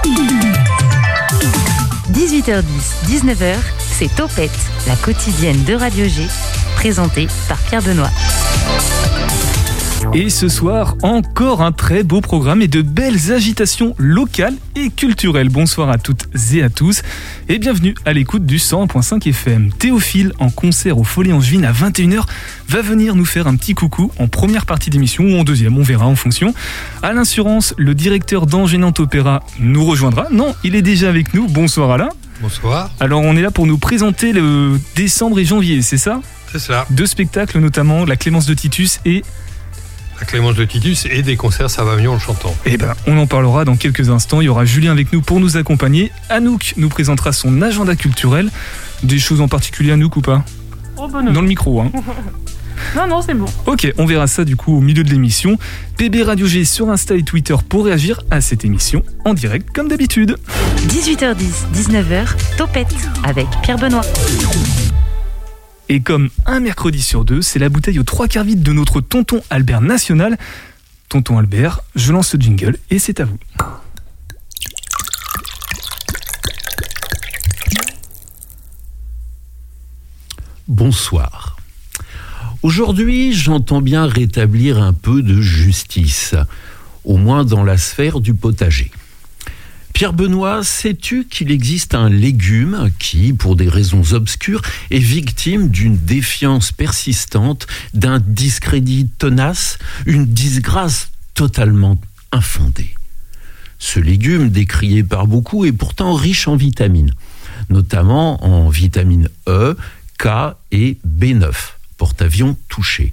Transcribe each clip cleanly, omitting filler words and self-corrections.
18h10, 19h, c'est Topette, la quotidienne de Radio G, présentée par Pierre Benoît. Et ce soir, encore un très beau programme et de belles agitations locales et culturelles. Bonsoir à toutes et à tous et bienvenue à l'écoute du 101.5 FM. Théophile, en concert au Folies Angevines à 21h, va venir nous faire un petit coucou en première partie d'émission ou en deuxième, on verra en fonction. Alain Surance, le directeur d'Angers Nantes Opéra, nous rejoindra. Non, il est déjà avec nous. Bonsoir Alain. Bonsoir. Alors on est là pour nous présenter le décembre et janvier, c'est ça ? C'est cela. Deux spectacles notamment, la Clémence de Titus et... La Clémence de Titus et des concerts Ça va mieux en le chantant. Eh ben, on en parlera dans quelques instants. Il y aura Julien avec nous pour nous accompagner. Anouk nous présentera son agenda culturel. Des choses en particulier, Anouk, ou pas ? Oh ben non. Dans le micro, hein. Non, c'est bon. Ok, on verra ça du coup au milieu de l'émission. PB Radio G sur Insta et Twitter pour réagir à cette émission en direct comme d'habitude. 18h10, 19h, Topette avec Pierre Benoît. Et comme un mercredi sur deux, c'est la bouteille aux 3/4 vide de notre tonton Albert national. Tonton Albert, je lance ce jingle et c'est à vous. Bonsoir. Aujourd'hui, j'entends bien rétablir un peu de justice, au moins dans la sphère du potager. Pierre Benoît, sais-tu qu'il existe un légume qui, pour des raisons obscures, est victime d'une défiance persistante, d'un discrédit tenace, une disgrâce totalement infondée. Ce légume, décrié par beaucoup, est pourtant riche en vitamines, notamment en vitamines E, K et B9, porte-avions touché.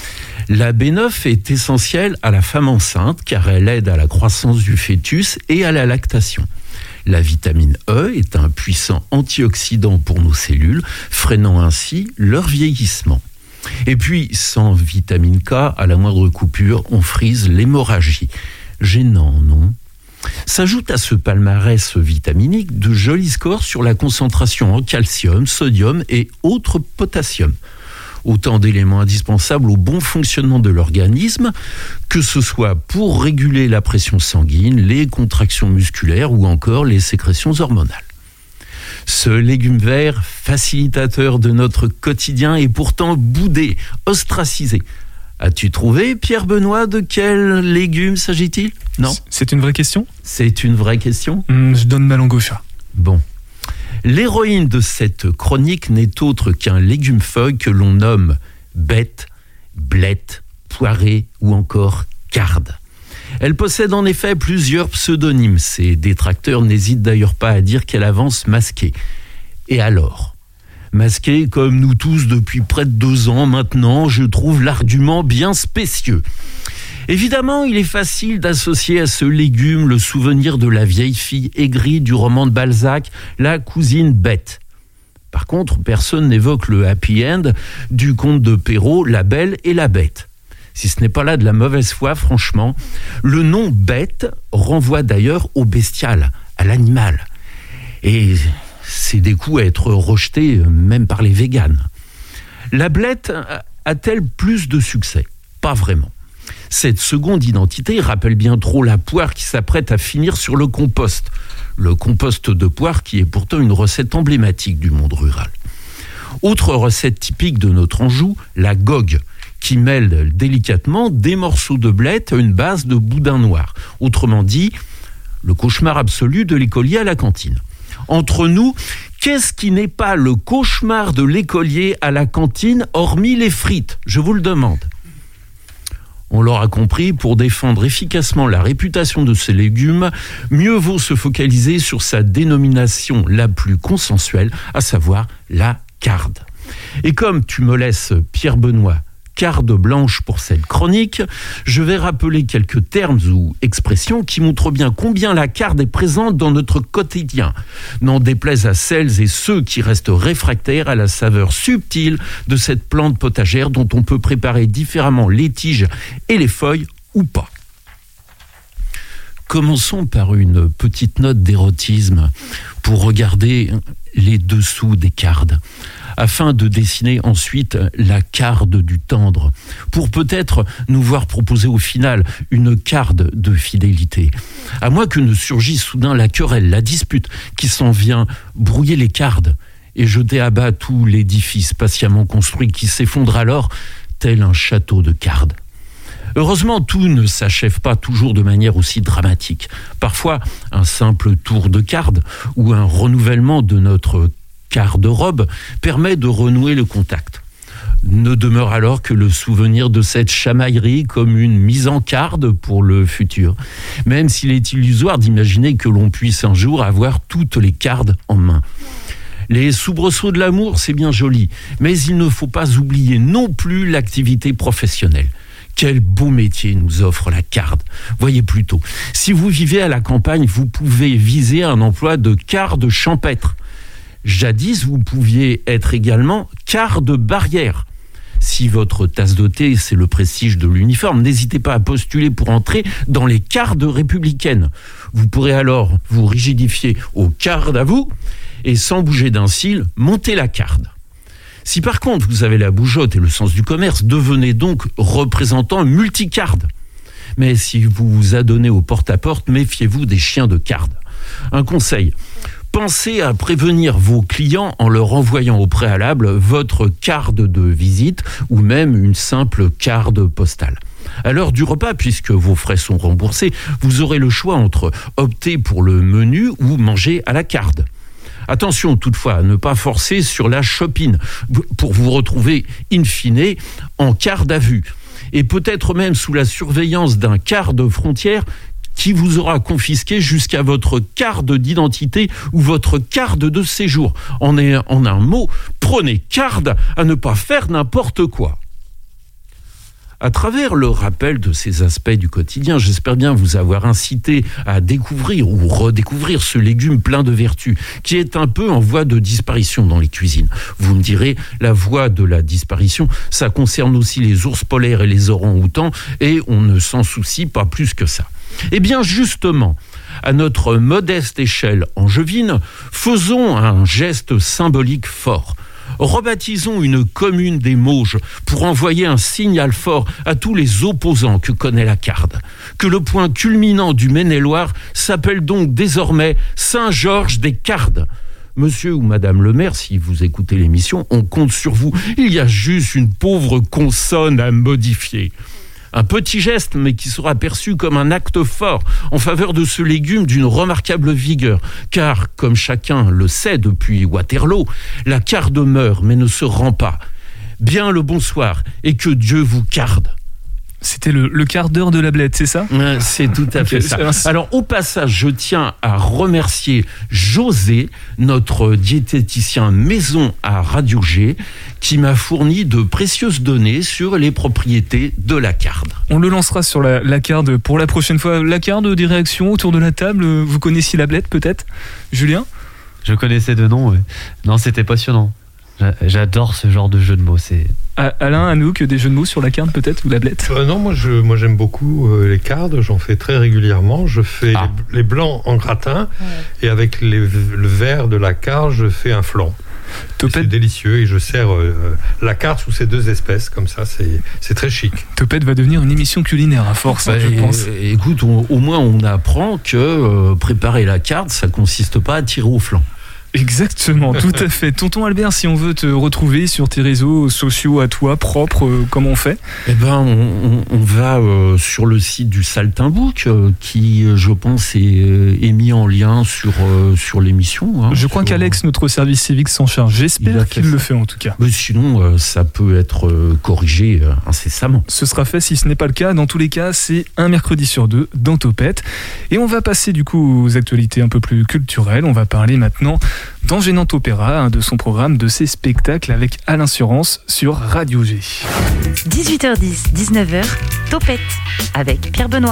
La B9 est essentielle à la femme enceinte car elle aide à la croissance du fœtus et à la lactation. La vitamine E est un puissant antioxydant pour nos cellules, freinant ainsi leur vieillissement. Et puis, sans vitamine K, à la moindre coupure, on frise l'hémorragie. Gênant, non ? S'ajoutent à ce palmarès vitaminique de jolis scores sur la concentration en calcium, sodium et autres potassium. Autant d'éléments indispensables au bon fonctionnement de l'organisme, que ce soit pour réguler la pression sanguine, les contractions musculaires ou encore les sécrétions hormonales. Ce légume vert, facilitateur de notre quotidien, est pourtant boudé, ostracisé. As-tu trouvé, Pierre Benoît, de quel légume s'agit-il ? Non ? C'est une vraie question ? C'est une vraie question ? Je donne ma langue au chat. Bon. L'héroïne de cette chronique n'est autre qu'un légume-feuille que l'on nomme bête, blette, poirée ou encore carde. Elle possède en effet plusieurs pseudonymes. Ses détracteurs n'hésitent d'ailleurs pas à dire qu'elle avance masquée. Et alors ? Masquée comme nous tous depuis près de 2 ans maintenant, je trouve l'argument bien spécieux. Évidemment, il est facile d'associer à ce légume le souvenir de la vieille fille aigrie du roman de Balzac, la cousine bête. Par contre, personne n'évoque le happy end du conte de Perrault, La Belle et la Bête. Si ce n'est pas là de la mauvaise foi, franchement, le nom bête renvoie d'ailleurs au bestial, à l'animal. Et c'est des coups à être rejetés même par les véganes. La blette a-t-elle plus de succès ? Pas vraiment. Cette seconde identité rappelle bien trop la poire qui s'apprête à finir sur le compost. Le compost de poire qui est pourtant une recette emblématique du monde rural. Autre recette typique de notre Anjou, la gogue, qui mêle délicatement des morceaux de blette à une base de boudin noir. Autrement dit, le cauchemar absolu de l'écolier à la cantine. Entre nous, qu'est-ce qui n'est pas le cauchemar de l'écolier à la cantine, hormis les frites ? Je vous le demande. On l'aura compris, pour défendre efficacement la réputation de ce légume, mieux vaut se focaliser sur sa dénomination la plus consensuelle, à savoir la carde. Et comme tu me laisses, Pierre Benoît, carde blanche pour cette chronique, je vais rappeler quelques termes ou expressions qui montrent bien combien la carde est présente dans notre quotidien. N'en déplaise à celles et ceux qui restent réfractaires à la saveur subtile de cette plante potagère dont on peut préparer différemment les tiges et les feuilles ou pas. Commençons par une petite note d'érotisme pour regarder les dessous des cardes. afin de dessiner ensuite la carde du tendre, pour peut-être nous voir proposer au final une carde de fidélité. À moins que ne surgisse soudain la querelle, la dispute qui s'en vient brouiller les cardes et jeter à bas tout l'édifice patiemment construit qui s'effondre alors tel un château de cardes. Heureusement, tout ne s'achève pas toujours de manière aussi dramatique. Parfois, un simple tour de cardes ou un renouvellement de notre garde-robe permet de renouer le contact. Ne demeure alors que le souvenir de cette chamaillerie comme une mise en garde pour le futur, même s'il est illusoire d'imaginer que l'on puisse un jour avoir toutes les cardes en main. Les soubresauts de l'amour, c'est bien joli, mais il ne faut pas oublier non plus l'activité professionnelle. Quel beau métier nous offre la carde. Voyez plutôt, si vous vivez à la campagne, vous pouvez viser un emploi de carde champêtre. Jadis, vous pouviez être également carde barrière. Si votre tasse de thé, c'est le prestige de l'uniforme, n'hésitez pas à postuler pour entrer dans les cardes républicaines. Vous pourrez alors vous rigidifier au carde à vous et sans bouger d'un cil, monter la carde. Si par contre vous avez la bougeotte et le sens du commerce, devenez donc représentant multicarde. Mais si vous vous adonnez au porte-à-porte, méfiez-vous des chiens de carde. Un conseil, pensez à prévenir vos clients en leur envoyant au préalable votre carte de visite ou même une simple carte postale. À l'heure du repas, puisque vos frais sont remboursés, vous aurez le choix entre opter pour le menu ou manger à la carte. Attention toutefois à ne pas forcer sur la chopine pour vous retrouver in fine en garde à vue et peut-être même sous la surveillance d'un garde frontière qui vous aura confisqué jusqu'à votre carte d'identité ou votre carte de séjour. En un mot, prenez garde à ne pas faire n'importe quoi. À travers le rappel de ces aspects du quotidien, j'espère bien vous avoir incité à découvrir ou redécouvrir ce légume plein de vertus, qui est un peu en voie de disparition dans les cuisines. Vous me direz, la voie de la disparition, ça concerne aussi les ours polaires et les orang-outans, et on ne s'en soucie pas plus que ça. Eh bien justement, à notre modeste échelle angevine, faisons un geste symbolique fort. Rebaptisons une commune des Mauges pour envoyer un signal fort à tous les opposants que connaît la carde. Que le point culminant du Maine-et-Loire s'appelle donc désormais Saint-Georges-des-Cardes. Monsieur ou madame le maire, si vous écoutez l'émission, on compte sur vous. Il y a juste une pauvre consonne à modifier. Un petit geste, mais qui sera perçu comme un acte fort en faveur de ce légume d'une remarquable vigueur. Car, comme chacun le sait depuis Waterloo, la carde meurt mais ne se rend pas. Bien le bonsoir et que Dieu vous carde. C'était le quart d'heure de la blette, c'est ça ? C'est tout à fait ça. Alors, au passage, je tiens à remercier José, notre diététicien maison à Radio G, qui m'a fourni de précieuses données sur les propriétés de la carde. On le lancera sur la carde pour la prochaine fois. La carde, des réactions autour de la table. Vous connaissiez la blette, peut-être ? Julien ? Je connaissais de nom, ouais. Non, c'était passionnant. J'adore ce genre de jeu de mots. Alain, Anouk, des jeux de mots sur la carde peut-être ou la blette ? Non, moi j'aime beaucoup les cardes, j'en fais très régulièrement. Je fais les blancs en gratin et avec le vert de la carde, je fais un flan. C'est délicieux et je sers la carte sous ces deux espèces, comme ça c'est très chic. Topette va devenir une émission culinaire à force, je pense. Écoute, au moins on apprend que préparer la carte, ça consiste pas à tirer au flanc. Exactement, tout à fait. Tonton Albert, si on veut te retrouver sur tes réseaux sociaux à toi, propres, comment on fait ? Eh ben, on va sur le site du Saltimbook, qui, je pense, est mis en lien sur l'émission. Hein, je crois qu'Alex, notre service civique, s'en charge. J'espère qu'il le fait en tout cas. Mais sinon, ça peut être corrigé incessamment. Ce sera fait si ce n'est pas le cas. Dans tous les cas, c'est un mercredi sur deux dans Topette. Et on va passer du coup aux actualités un peu plus culturelles. On va parler maintenant d'Engénant Opéra, de son programme, de ses spectacles avec Alain Surance sur Radio G. 18h10, 19h, Topette avec Pierre Benoît.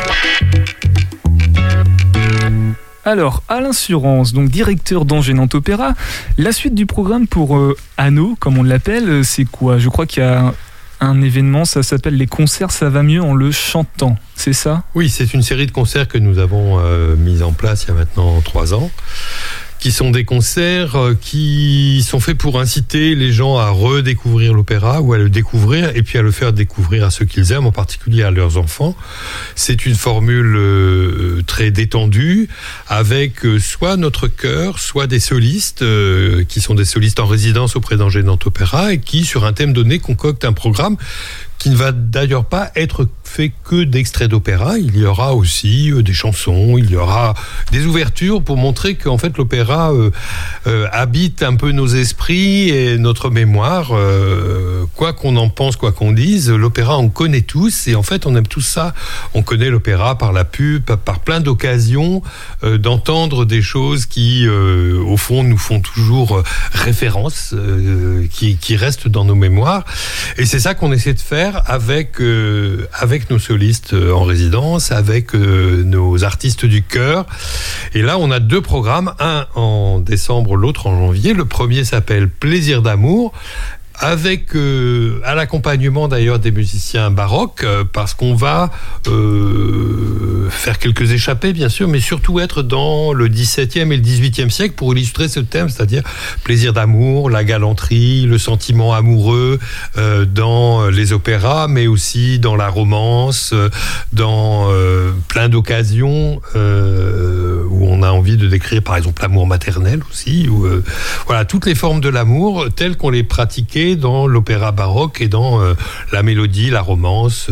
Alors, Alain Surance, donc directeur d'Engénant Opéra, la suite du programme pour Anneau, comme on l'appelle, c'est quoi ? Je crois qu'il y a un événement, ça s'appelle les concerts, ça va mieux en le chantant, c'est ça ? Oui, c'est une série de concerts que nous avons mis en place il y a maintenant 3 ans, qui sont des concerts qui sont faits pour inciter les gens à redécouvrir l'opéra ou à le découvrir et puis à le faire découvrir à ceux qu'ils aiment, en particulier à leurs enfants. C'est une formule très détendue avec soit notre chœur, soit des solistes qui sont des solistes en résidence auprès d'Angers Nantes Opéra et qui, sur un thème donné, concoctent un programme qui ne va d'ailleurs pas être fait que d'extraits d'opéra. Il y aura aussi des chansons, il y aura des ouvertures pour montrer qu'en fait l'opéra habite un peu nos esprits et notre mémoire. Quoi qu'on en pense, quoi qu'on dise, l'opéra on connaît tous et en fait on aime tous ça. On connaît l'opéra par la pub, par plein d'occasions d'entendre des choses qui au fond nous font toujours référence, qui restent dans nos mémoires. Et c'est ça qu'on essaie de faire avec nos solistes en résidence, avec nos artistes du chœur. Et là, on a 2 programmes, un en décembre, l'autre en janvier. Le premier s'appelle Plaisir d'amour, avec à l'accompagnement d'ailleurs des musiciens baroques, parce qu'on va faire quelques échappées bien sûr, mais surtout être dans le XVIIe et le XVIIIe siècle pour illustrer ce thème, c'est-à-dire plaisir d'amour, la galanterie, le sentiment amoureux dans les opéras, mais aussi dans la romance, dans plein d'occasions où on a envie de décrire par exemple l'amour maternel aussi, ou voilà, toutes les formes de l'amour telles qu'on les pratiquait dans l'opéra baroque et dans la mélodie, la romance.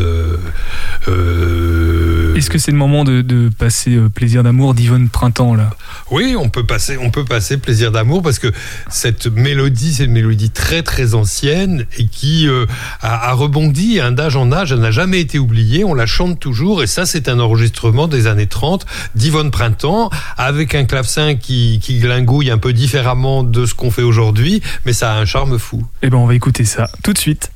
Est-ce que c'est le moment de passer Plaisir d'amour d'Yvonne Printemps là ? Oui, on peut passer Plaisir d'amour parce que cette mélodie, c'est une mélodie très très ancienne et qui a rebondi d'âge en âge. Elle n'a jamais été oubliée, on la chante toujours et ça c'est un enregistrement des années 30 d'Yvonne Printemps avec un clavecin qui glingouille un peu différemment de ce qu'on fait aujourd'hui, mais ça a un charme fou. Eh ben on va écouter ça tout de suite.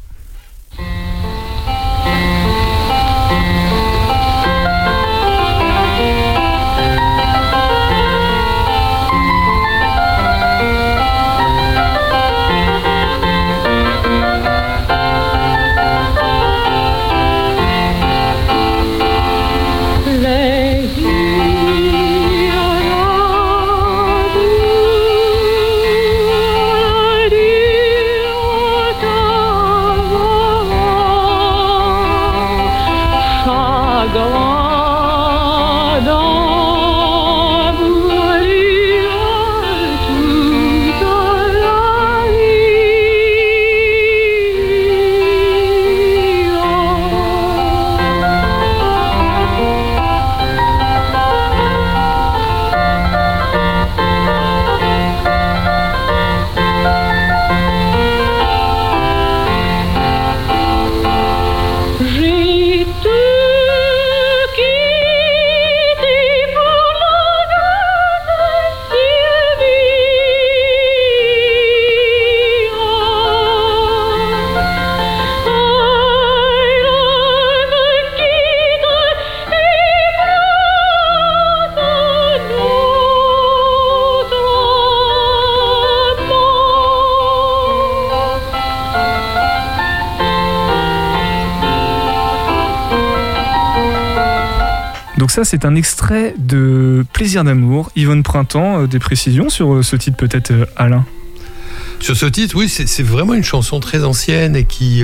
Donc ça, c'est un extrait de Plaisir d'amour, Yvonne Printemps. Des précisions sur ce titre peut-être, Alain ? Sur ce titre, oui, c'est vraiment une chanson très ancienne et qui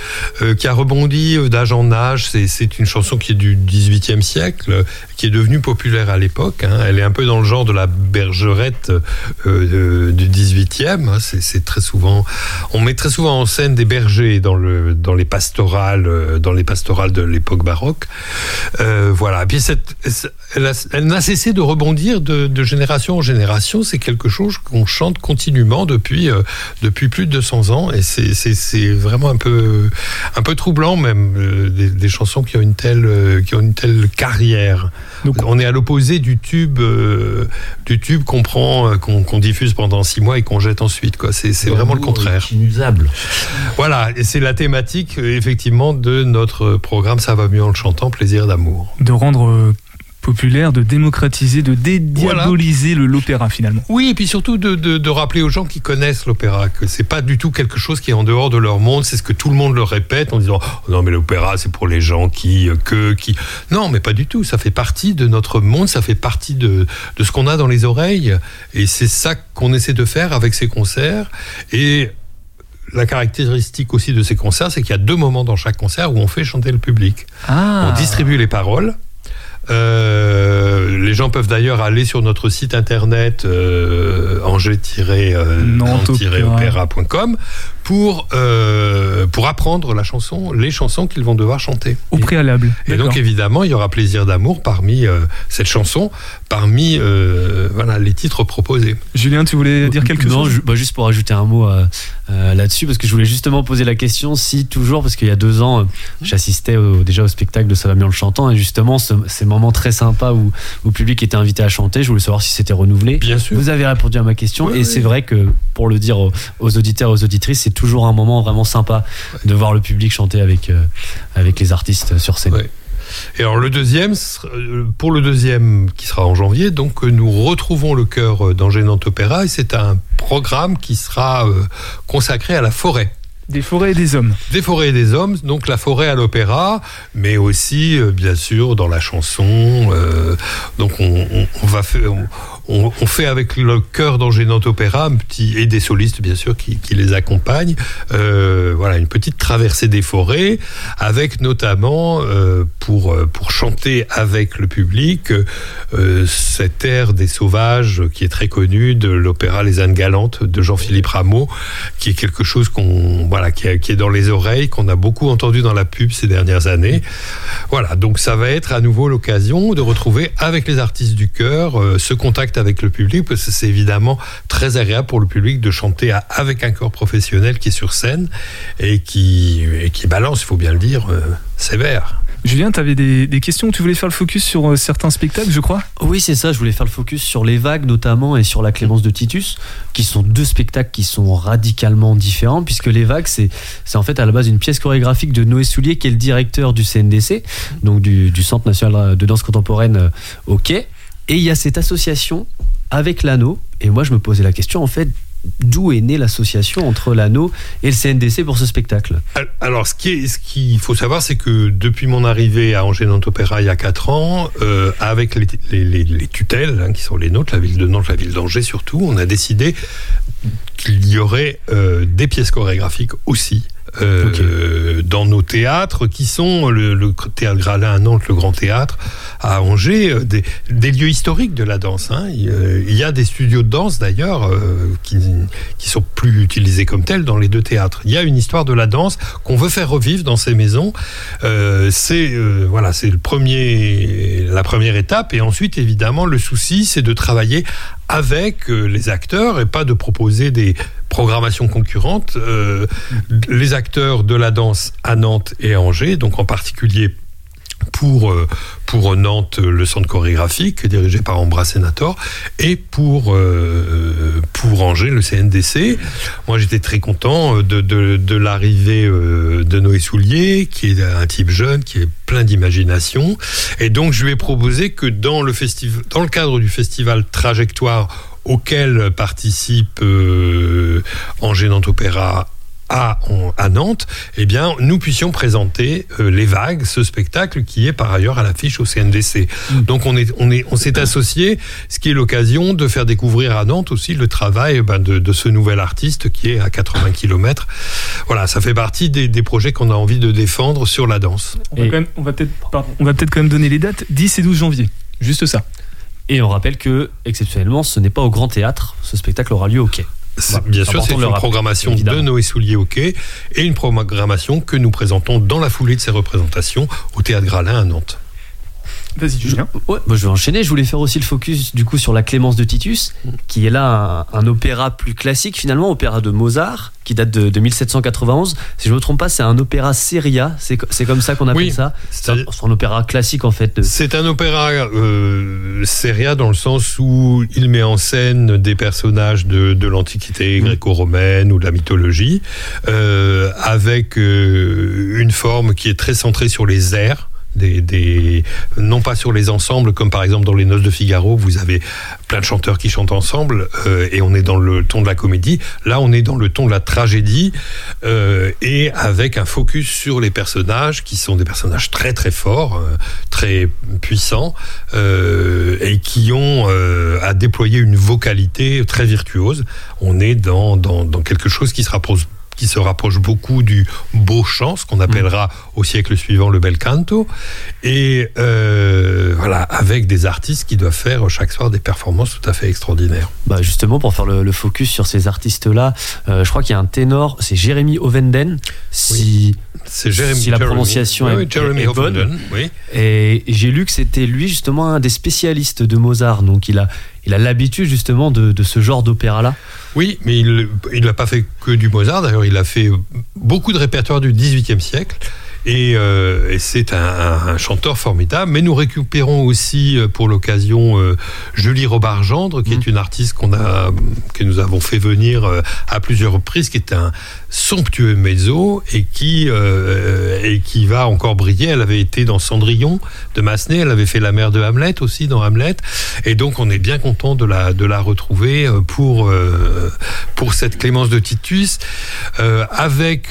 a rebondi d'âge en âge. C'est une chanson qui est du XVIIIe siècle, qui est devenue populaire à l'époque. Hein. Elle est un peu dans le genre de la bergerette du XVIIIe. Hein. C'est très souvent, on met très souvent en scène des bergers dans les pastorales de l'époque baroque. Voilà. Et puis elle n'a cessé de rebondir de génération en génération. C'est quelque chose qu'on chante continuellement depuis plus de 200 ans et c'est vraiment un peu troublant même, des chansons qui ont une telle carrière. Donc, on est à l'opposé du tube qu'on diffuse pendant 6 mois et qu'on jette ensuite, quoi. C'est vraiment le contraire. Inusable. Voilà, et c'est la thématique effectivement de notre programme Ça va mieux en le chantant, Plaisir d'amour. De rendre populaire, de démocratiser, de dédiaboliser l'opéra finalement. Oui, et puis surtout de rappeler aux gens qui connaissent l'opéra que c'est pas du tout quelque chose qui est en dehors de leur monde, c'est ce que tout le monde le répète en disant oh, non mais l'opéra c'est pour les gens qui... Non, mais pas du tout, ça fait partie de notre monde, ça fait partie de ce qu'on a dans les oreilles, et c'est ça qu'on essaie de faire avec ces concerts. Et la caractéristique aussi de ces concerts, c'est qu'il y a 2 moments dans chaque concert où on fait chanter le public. On distribue les paroles. Les gens peuvent d'ailleurs aller sur notre site internet angers-nantes-opéra.com pour apprendre les chansons qu'ils vont devoir chanter. Au préalable. Et donc évidemment, il y aura Plaisir d'amour parmi cette chanson, parmi les titres proposés. Julien, tu voulais dire quelque chose ? Juste pour ajouter un mot là-dessus, parce que je voulais justement poser la question si toujours, parce qu'il y a 2 ans, j'assistais déjà au spectacle de Ça va mieux en le chantant, et justement ces moments très sympas où le public était invité à chanter, je voulais savoir si c'était renouvelé. Bien sûr. Vous avez répondu à ma question, et c'est vrai que, pour le dire aux auditeurs et aux auditrices, c'est toujours un moment vraiment sympa de voir le public chanter avec les artistes sur scène. Ouais. Et alors pour le deuxième qui sera en janvier, donc nous retrouvons le chœur d'Angers-Nantes Opéra, et c'est un programme qui sera consacré à la forêt. Des forêts et des hommes. Des forêts et des hommes, donc la forêt à l'opéra, mais aussi, bien sûr, dans la chanson. Donc on fait avec le chœur d'Angers-Nantes Opéra, et des solistes, bien sûr, qui les accompagnent. Une petite traversée des forêts, avec notamment, pour chanter avec le public, cet air des sauvages, qui est très connu, de l'opéra Les Ânes Galantes, de Jean-Philippe Rameau, qui est quelque chose qui est dans les oreilles, qu'on a beaucoup entendu dans la pub ces dernières années. Voilà, donc ça va être à nouveau l'occasion de retrouver avec les artistes du chœur ce contact avec le public, parce que c'est évidemment très agréable pour le public de chanter avec un chœur professionnel qui est sur scène et qui balance, il faut bien le dire, sévère. Julien, tu avais des questions, tu voulais faire le focus sur certains spectacles, je crois ? Oui, c'est ça, je voulais faire le focus sur Les Vagues notamment et sur La Clémence de Titus, qui sont 2 spectacles qui sont radicalement différents, puisque Les Vagues, c'est en fait à la base une pièce chorégraphique de Noé Soulier, qui est le directeur du CNDC, donc du Centre National de Danse Contemporaine au Quai, et il y a cette association avec l'Anneau, et moi je me posais la question en fait, d'où est née l'association entre l'Anneau et le CNDC pour ce spectacle ? Alors, ce qu'il faut savoir, c'est que depuis mon arrivée à Angers-Nantes Opéra il y a 4 ans, avec les tutelles, qui sont les nôtres, la ville de Nantes, la ville d'Angers surtout, on a décidé qu'il y aurait des pièces chorégraphiques aussi. Dans nos théâtres qui sont le Théâtre Gralin à Nantes, le Grand Théâtre à Angers, des lieux historiques de la danse. Il y a des studios de danse d'ailleurs qui sont plus utilisés comme tels dans les 2 théâtres. Il y a une histoire de la danse qu'on veut faire revivre dans ces maisons. C'est la première étape, et ensuite évidemment le souci c'est de travailler avec les acteurs et pas de proposer des programmations concurrentes. Les acteurs de la danse à Nantes et à Angers, donc en particulier pour Nantes, le centre chorégraphique dirigé par Ambra Senator, et pour Angers, le CNDC. Moi, j'étais très content de l'arrivée de Noé Soulier, qui est un type jeune, qui est plein d'imagination. Et donc, je lui ai proposé que dans le cadre du festival Trajectoire, auquel participe Angers-Nantes Opéra à Nantes, eh bien, nous puissions présenter Les Vagues, ce spectacle qui est par ailleurs à l'affiche au CNDC. Donc on s'est associés, ce qui est l'occasion de faire découvrir à Nantes aussi le travail de ce nouvel artiste qui est à 80 km. Voilà, ça fait partie des projets qu'on a envie de défendre sur la danse. On va peut-être quand même donner les dates, 10 et 12 janvier, juste ça. Et on rappelle que, exceptionnellement, ce n'est pas au Grand Théâtre, ce spectacle aura lieu au Quai. Bien sûr, c'est une programmation de Noé Soulier au Quai, et une programmation que nous présentons dans la foulée de ces représentations au Théâtre Gralin à Nantes. Vas-y, Julien. Je vais enchaîner. Je voulais faire aussi le focus du coup sur La Clémence de Titus, qui est là un opéra plus classique finalement, opéra de Mozart, qui date de 1791. Si je ne me trompe pas, c'est un opéra seria. C'est comme ça qu'on appelle ça. C'est un opéra classique en fait. C'est un opéra seria dans le sens où il met en scène des personnages de l'Antiquité gréco-romaine ou de la mythologie, avec une forme qui est très centrée sur les airs non pas sur les ensembles, comme par exemple dans Les Noces de Figaro, vous avez plein de chanteurs qui chantent ensemble, et on est dans le ton de la comédie. Là, on est dans le ton de la tragédie, et avec un focus sur les personnages, qui sont des personnages très très forts, très puissants, et qui ont à déployer une vocalité très virtuose. On est dans quelque chose qui se rapproche beaucoup du beau chant, ce qu'on appellera au siècle suivant le bel canto, et voilà, avec des artistes qui doivent faire chaque soir des performances tout à fait extraordinaires. Bah justement, pour faire le focus sur ces artistes-là, je crois qu'il y a un ténor, c'est Jérémy Ovenden, si la prononciation est bonne. Oui. Et j'ai lu que c'était lui justement un des spécialistes de Mozart, donc il a l'habitude justement de ce genre d'opéra-là. Oui, mais il n'a pas fait que du Mozart. D'ailleurs, il a fait beaucoup de répertoire du XVIIIe siècle. Et c'est un chanteur formidable. Mais nous récupérons aussi, pour l'occasion, Julie Robart-Gendre, qui est une artiste que nous avons fait venir à plusieurs reprises, qui est un somptueux mezzo et qui va encore briller. Elle avait été dans Cendrillon de Massenet, elle avait fait la mère de Hamlet aussi dans Hamlet. Et donc, on est bien content de la retrouver pour cette Clémence de Titus, avec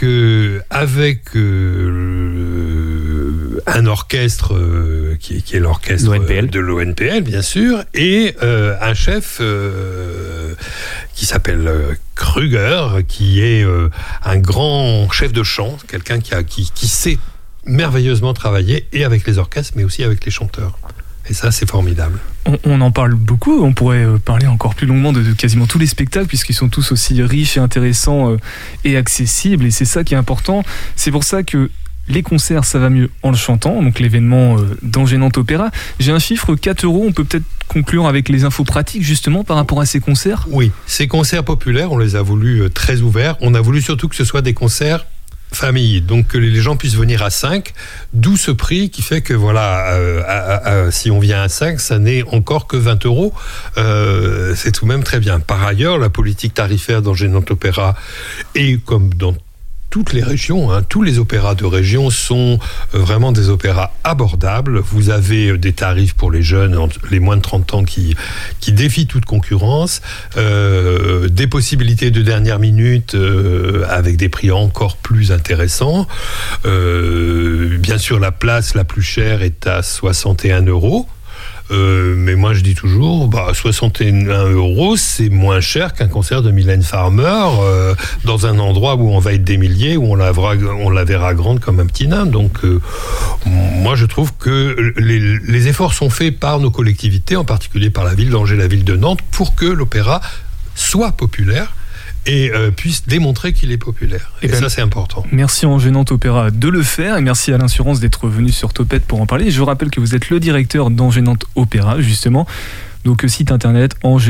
un orchestre qui est l'orchestre de l'ONPL, bien sûr, et un chef qui s'appelle Kruger, qui est un grand chef de chant, quelqu'un qui sait merveilleusement travailler, et avec les orchestres, mais aussi avec les chanteurs. Et ça, c'est formidable. On en parle beaucoup, on pourrait parler encore plus longuement de quasiment tous les spectacles, puisqu'ils sont tous aussi riches et intéressants et accessibles, et c'est ça qui est important. C'est pour ça que les concerts, ça va mieux en le chantant, donc l'événement d'Angers Nantes Opéra. J'ai un chiffre, 4 €, on peut peut-être conclure avec les infos pratiques justement par rapport à ces concerts. Oui, ces concerts populaires, on les a voulu très ouverts. On a voulu surtout que ce soit des concerts famille, donc que les gens puissent venir à 5, d'où ce prix qui fait que voilà, si on vient à 5, ça n'est encore que 20 €. C'est tout de même très bien. Par ailleurs, la politique tarifaire d'Angers Nantes Opéra, et comme dans toutes les régions, tous les opéras de région sont vraiment des opéras abordables. Vous avez des tarifs pour les jeunes, les moins de 30 ans qui défient toute concurrence, des possibilités de dernière minute avec des prix encore plus intéressants. Bien sûr, la place la plus chère est à 61 €. Mais moi je dis toujours, 61 €, c'est moins cher qu'un concert de Mylène Farmer dans un endroit où on va être des milliers, où on la verra grande comme un petit nain. Donc moi je trouve que les efforts sont faits par nos collectivités, en particulier par la ville d'Angers, la ville de Nantes, pour que l'opéra soit populaire et puisse démontrer qu'il est populaire. Et ça, c'est important. Merci Angers Nantes Opéra de le faire, et merci à l'Assurance d'être venu sur Topette pour en parler. Je vous rappelle que vous êtes le directeur d'Angers Nantes Opéra, justement. Donc site internet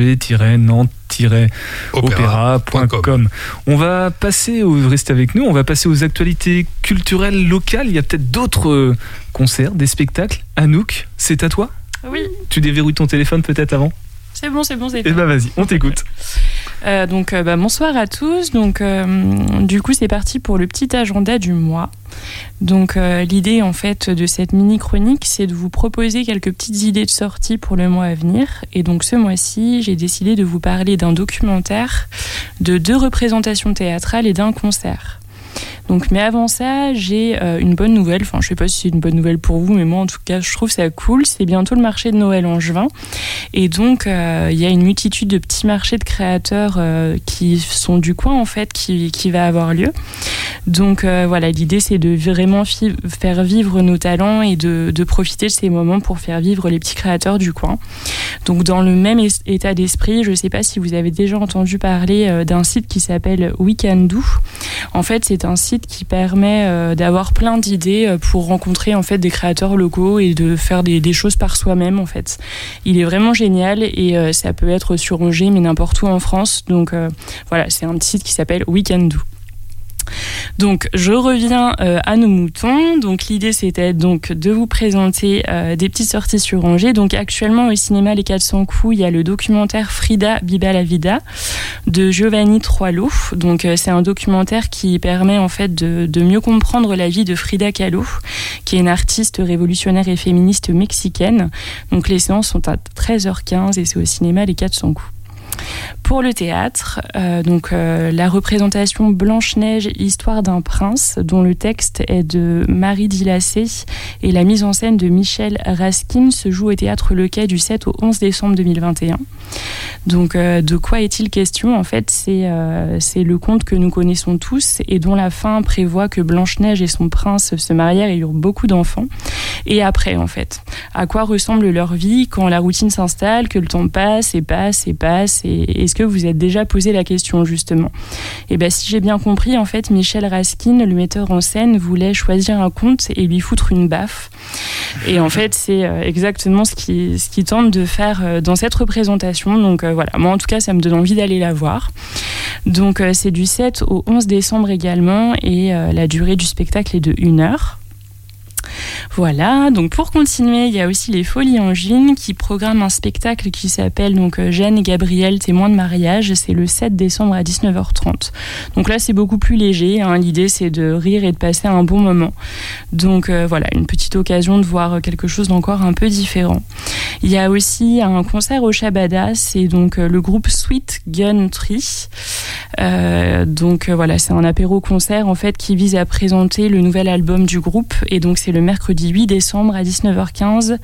angers-nantes-opéra.com. On va passer, restez avec nous, on va passer aux actualités culturelles locales. Il y a peut-être d'autres concerts, des spectacles. Anouk, c'est à toi ? Oui. Tu déverrouilles ton téléphone peut-être avant ? C'est bon. Eh ben vas-y, on t'écoute. Bonsoir à tous. Donc, du coup, c'est parti pour le petit agenda du mois. Donc, l'idée en fait de cette mini chronique, c'est de vous proposer quelques petites idées de sortie pour le mois à venir. Et donc, ce mois-ci, j'ai décidé de vous parler d'un documentaire, de 2 représentations théâtrales et d'un concert. Donc, mais avant ça, j'ai une bonne nouvelle. Enfin, je sais pas si c'est une bonne nouvelle pour vous, mais moi, en tout cas, je trouve ça cool. C'est bientôt le marché de Noël angevin. Et donc, il y a une multitude de petits marchés de créateurs qui sont du coin, en fait, qui va avoir lieu. Donc, voilà, l'idée, c'est de vraiment faire vivre nos talents et de profiter de ces moments pour faire vivre les petits créateurs du coin. Donc, dans le même état d'esprit, je sais pas si vous avez déjà entendu parler d'un site qui s'appelle We Can Do. En fait, c'est un site qui permet d'avoir plein d'idées pour rencontrer en fait des créateurs locaux et de faire des choses par soi-même en fait. Il est vraiment génial et ça peut être sur Angers mais n'importe où en France. Donc voilà, c'est un petit site qui s'appelle We Can Do. Donc, je reviens à nos moutons. Donc, l'idée, c'était donc de vous présenter des petites sorties sur Angers. Donc, actuellement, au cinéma Les 400 coups, il y a le documentaire Frida Biba la Vida de Giovanni Troilo. Donc, c'est un documentaire qui permet, en fait, de mieux comprendre la vie de Frida Kahlo, qui est une artiste révolutionnaire et féministe mexicaine. Donc, les séances sont à 13h15 et c'est au cinéma Les 400 coups. Pour le théâtre, la représentation Blanche-Neige, histoire d'un prince, dont le texte est de Marie Dilacé et la mise en scène de Michel Raskin, se joue au théâtre Le Quai du 7 au 11 décembre 2021. Donc, de quoi est-il question ? En fait, c'est le conte que nous connaissons tous et dont la fin prévoit que Blanche-Neige et son prince se marièrent et eurent beaucoup d'enfants. Et après, en fait, à quoi ressemble leur vie quand la routine s'installe, que le temps passe et passe et passe, et est-ce que vous êtes déjà posé la question, justement ? Et bien, si j'ai bien compris, en fait, Michel Raskin, le metteur en scène, voulait choisir un conte et lui foutre une baffe. Et en fait, c'est exactement ce qu'il tente de faire dans cette représentation. Donc voilà, moi en tout cas, ça me donne envie d'aller la voir. Donc c'est du 7 au 11 décembre également, et la durée du spectacle est de 1 heure. Voilà, donc pour continuer, il y a aussi les Folies Angevines qui programment un spectacle qui s'appelle donc Jeanne et Gabriel, témoins de mariage. C'est le 7 décembre à 19h30. Donc là, c'est beaucoup plus léger, hein. L'idée, c'est de rire et de passer un bon moment. Donc voilà, une petite occasion de voir quelque chose d'encore un peu différent. Il y a aussi un concert au Shabada, c'est donc le groupe Sweet Gun Tree. Voilà, c'est un apéro-concert en fait qui vise à présenter le nouvel album du groupe, et donc c'est le mercredi 8 décembre à 19h15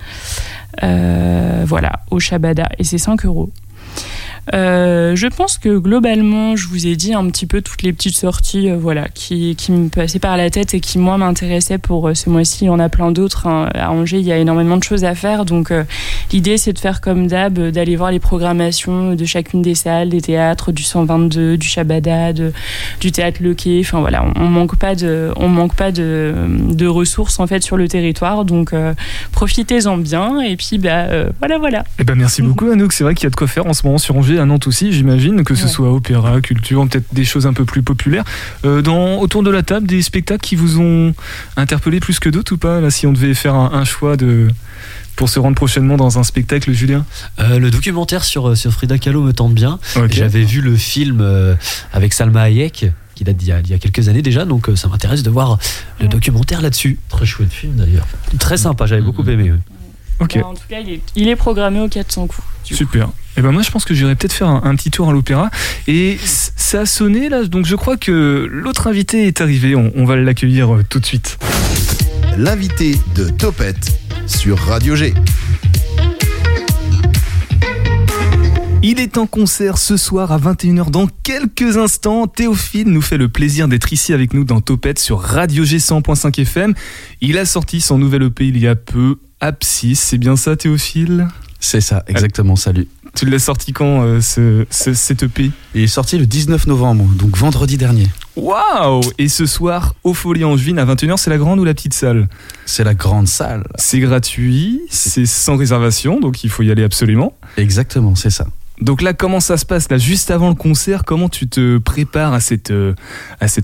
au Shabada, et c'est 5 €. Je pense que globalement, je vous ai dit un petit peu toutes les petites sorties qui me passaient par la tête et qui, moi, m'intéressaient pour ce mois-ci. Il y en a plein d'autres, hein. À Angers, il y a énormément de choses à faire. Donc, l'idée, c'est de faire comme d'hab, d'aller voir les programmations de chacune des salles, des théâtres, du 122, du Shabada, du théâtre Le Quai. Enfin, voilà, on manque pas de ressources, en fait, sur le territoire. Donc, profitez-en bien. Et puis, voilà. Eh ben, merci beaucoup, Anouk. C'est vrai qu'il y a de quoi faire en ce moment sur Angers, à Nantes aussi, j'imagine, que ce soit opéra, culture, peut-être des choses un peu plus populaires. Autour de la table, des spectacles qui vous ont interpellé plus que d'autres ou pas, là, si on devait faire un choix pour se rendre prochainement dans un spectacle, Julien? Le documentaire sur Frida Kahlo me tente bien. Okay. J'avais vu le film avec Salma Hayek, qui date d'il y a quelques années déjà, donc ça m'intéresse de voir le documentaire là-dessus. Très chouette film d'ailleurs. Très sympa, j'avais beaucoup aimé. Ok. En tout cas, il est programmé aux 400 coups. Super. Et moi, je pense que j'irai peut-être faire un petit tour à l'opéra. Et ça a sonné là, donc je crois que l'autre invité est arrivé. On va l'accueillir tout de suite. L'invité de Topette sur Radio G. Il est en concert ce soir à 21h dans quelques instants. Théophile nous fait le plaisir d'être ici avec nous dans Topette sur Radio G 100.5 FM. Il a sorti son nouvel EP il y a peu, Abscisse. C'est bien ça, Théophile ? C'est ça, exactement, salut. Tu l'as sorti quand, cet EP ? Il est sorti le 19 novembre, donc vendredi dernier. Waouh ! Et ce soir, aux Folies Angevines à 21h, c'est la grande ou la petite salle ? C'est la grande salle. C'est gratuit, c'est sans réservation, donc il faut y aller absolument. Exactement, c'est ça. Donc là, comment ça se passe là, juste avant le concert ? Comment tu te prépares à cette représentation ?